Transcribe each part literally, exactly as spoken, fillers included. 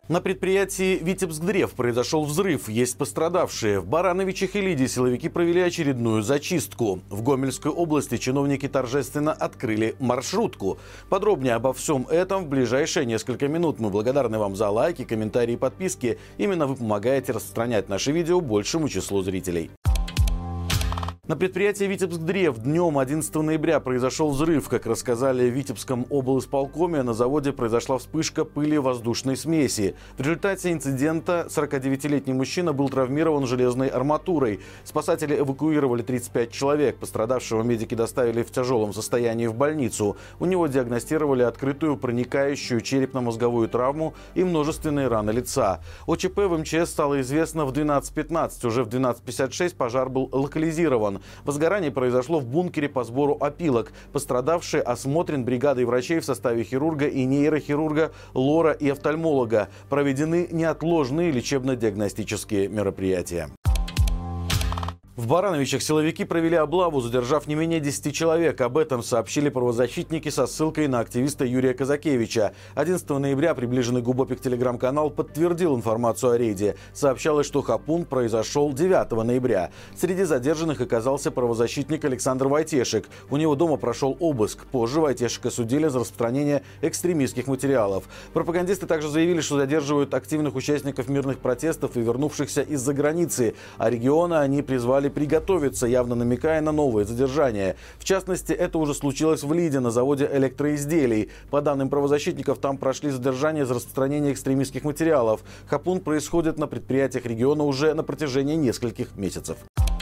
На предприятии «Витебск-Древ» произошел взрыв. Есть пострадавшие. В Барановичах и Лиде силовики провели очередную зачистку. В Гомельской области чиновники торжественно открыли маршрутку. Подробнее обо всем этом в ближайшие несколько минут. Мы благодарны вам за лайки, комментарии и подписки. Именно вы помогаете распространять наши видео большему числу зрителей. На предприятии «Витебск-Древ» днем одиннадцатого ноября произошел взрыв. Как рассказали в Витебском облисполкоме, на заводе произошла вспышка пыли воздушной смеси. В результате инцидента сорокадевятилетний мужчина был травмирован железной арматурой. Спасатели эвакуировали тридцать пять человек. Пострадавшего медики доставили в тяжелом состоянии в больницу. У него диагностировали открытую проникающую черепно-мозговую травму и множественные раны лица. О ЧП в МЧС стало известно в двенадцать пятнадцать. Уже в двенадцать пятьдесят шесть пожар был локализирован. Возгорание произошло в бункере по сбору опилок. Пострадавший осмотрен бригадой врачей в составе хирурга и нейрохирурга, лора и офтальмолога. Проведены неотложные лечебно-диагностические мероприятия. В Барановичах силовики провели облаву, задержав не менее десяти человек. Об этом сообщили правозащитники со ссылкой на активиста Юрия Казакевича. одиннадцатого ноября приближенный Губопик телеграм-канал подтвердил информацию о рейде. Сообщалось, что хапун произошел девятого ноября. Среди задержанных оказался правозащитник Александр Войтешек. У него дома прошел обыск. Позже Войтешека судили за распространение экстремистских материалов. Пропагандисты также заявили, что задерживают активных участников мирных протестов и вернувшихся из-за границы. А региона они призвали приготовиться, явно намекая на новые задержания. В частности, это уже случилось в Лиде на заводе электроизделий. По данным правозащитников, там прошли задержания за распространение экстремистских материалов. Хапун происходит на предприятиях региона уже на протяжении нескольких месяцев.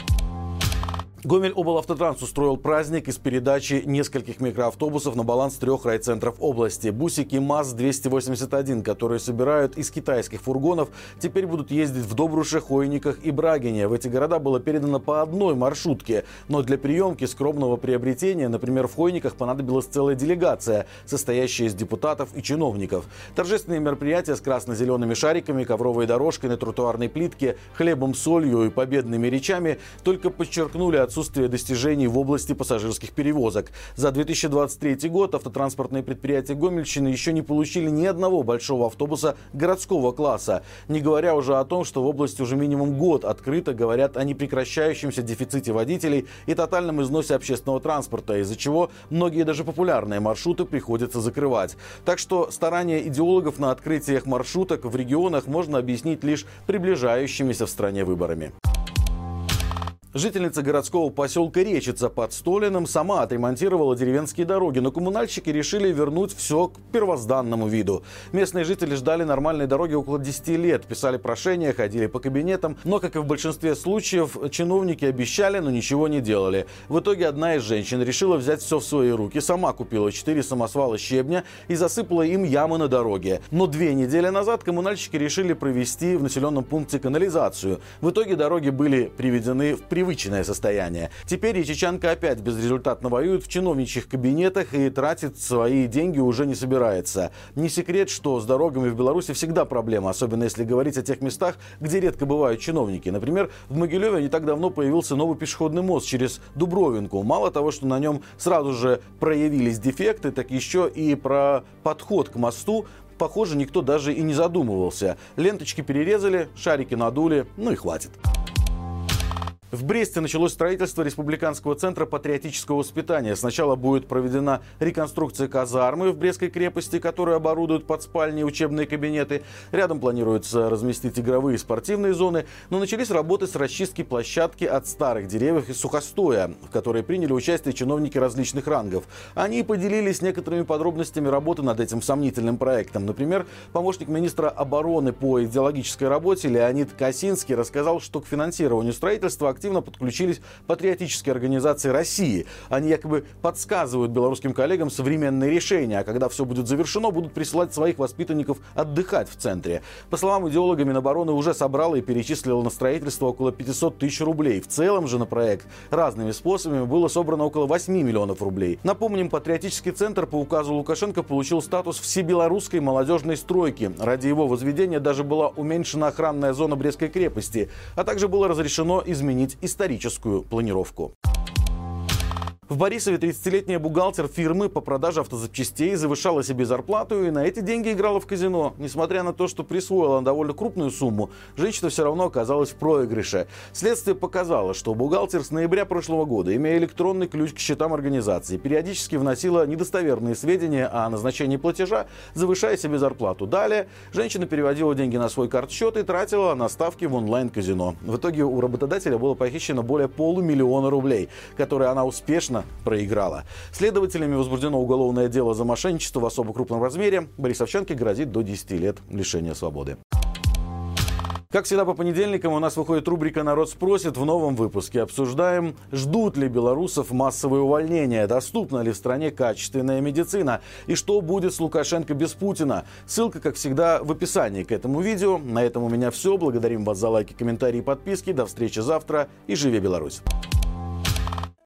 Гомель-облавтотранс устроил праздник из передачи нескольких микроавтобусов на баланс трех райцентров области. Бусики МАЗ двести восемьдесят один, которые собирают из китайских фургонов, теперь будут ездить в Добруше, Хойниках и Брагине. В эти города было передано по одной маршрутке. Но для приемки скромного приобретения, например, в Хойниках понадобилась целая делегация, состоящая из депутатов и чиновников. Торжественные мероприятия с красно-зелеными шариками, ковровой дорожкой на тротуарной плитке, хлебом, солью и победными речами только подчеркнули от отсутствие достижений в области пассажирских перевозок. За две тысячи двадцать третий год автотранспортные предприятия Гомельщины еще не получили ни одного большого автобуса городского класса. Не говоря уже о том, что в области уже минимум год открыто говорят о непрекращающемся дефиците водителей и тотальном износе общественного транспорта, из-за чего многие даже популярные маршруты приходится закрывать. Так что старания идеологов на открытиях маршруток в регионах можно объяснить лишь приближающимися в стране выборами. Жительница городского поселка Речица под Столиным сама отремонтировала деревенские дороги, но коммунальщики решили вернуть все к первозданному виду. Местные жители ждали нормальной дороги около десяти лет, писали прошения, ходили по кабинетам, но, как и в большинстве случаев, чиновники обещали, но ничего не делали. В итоге одна из женщин решила взять все в свои руки, сама купила четыре самосвала щебня и засыпала им ямы на дороге. Но две недели назад коммунальщики решили провести в населенном пункте канализацию. В итоге дороги были приведены в привычное привычное состояние. Теперь речичанка опять безрезультатно воюет в чиновничьих кабинетах и тратит свои деньги уже не собирается. Не секрет, что с дорогами в Беларуси всегда проблема, особенно если говорить о тех местах, где редко бывают чиновники. Например, в Могилеве не так давно появился новый пешеходный мост через Дубровинку. Мало того, что на нем сразу же проявились дефекты, так еще и про подход к мосту, похоже, никто даже и не задумывался. Ленточки перерезали, шарики надули, ну и хватит. В Бресте началось строительство Республиканского центра патриотического воспитания. Сначала будет проведена реконструкция казармы в Брестской крепости, которую оборудуют под спальни и учебные кабинеты. Рядом планируется разместить игровые и спортивные зоны. Но начались работы с расчистки площадки от старых деревьев и сухостоя, в которой приняли участие чиновники различных рангов. Они поделились некоторыми подробностями работы над этим сомнительным проектом. Например, помощник министра обороны по идеологической работе Леонид Косинский рассказал, что к финансированию строительства активно активно подключились патриотические организации России. Они якобы подсказывают белорусским коллегам современные решения, а когда все будет завершено, будут присылать своих воспитанников отдыхать в центре. По словам идеолога, Минобороны уже собрала и перечислила на строительство около пятисот тысяч рублей. В целом же на проект разными способами было собрано около восьми миллионов рублей. Напомним, патриотический центр по указу Лукашенко получил статус всебелорусской молодежной стройки. Ради его возведения даже была уменьшена охранная зона Брестской крепости, а также было разрешено изменить историческую планировку. В Борисове тридцатилетняя бухгалтер фирмы по продаже автозапчастей завышала себе зарплату и на эти деньги играла в казино. Несмотря на то, что присвоила довольно крупную сумму, женщина все равно оказалась в проигрыше. Следствие показало, что бухгалтер с ноября прошлого года, имея электронный ключ к счетам организации, периодически вносила недостоверные сведения о назначении платежа, завышая себе зарплату. Далее женщина переводила деньги на свой карт-счет и тратила на ставки в онлайн-казино. В итоге у работодателя было похищено более полумиллиона рублей, которые она успешно проиграла. Следователями возбуждено уголовное дело за мошенничество в особо крупном размере. Борисовчанке грозит до десяти лет лишения свободы. Как всегда по понедельникам у нас выходит рубрика «Народ спросит». В новом выпуске обсуждаем, ждут ли белорусов массовые увольнения, доступна ли в стране качественная медицина и что будет с Лукашенко без Путина. Ссылка, как всегда, в описании к этому видео. На этом у меня все. Благодарим вас за лайки, комментарии и подписки. До встречи завтра и живи Беларусь!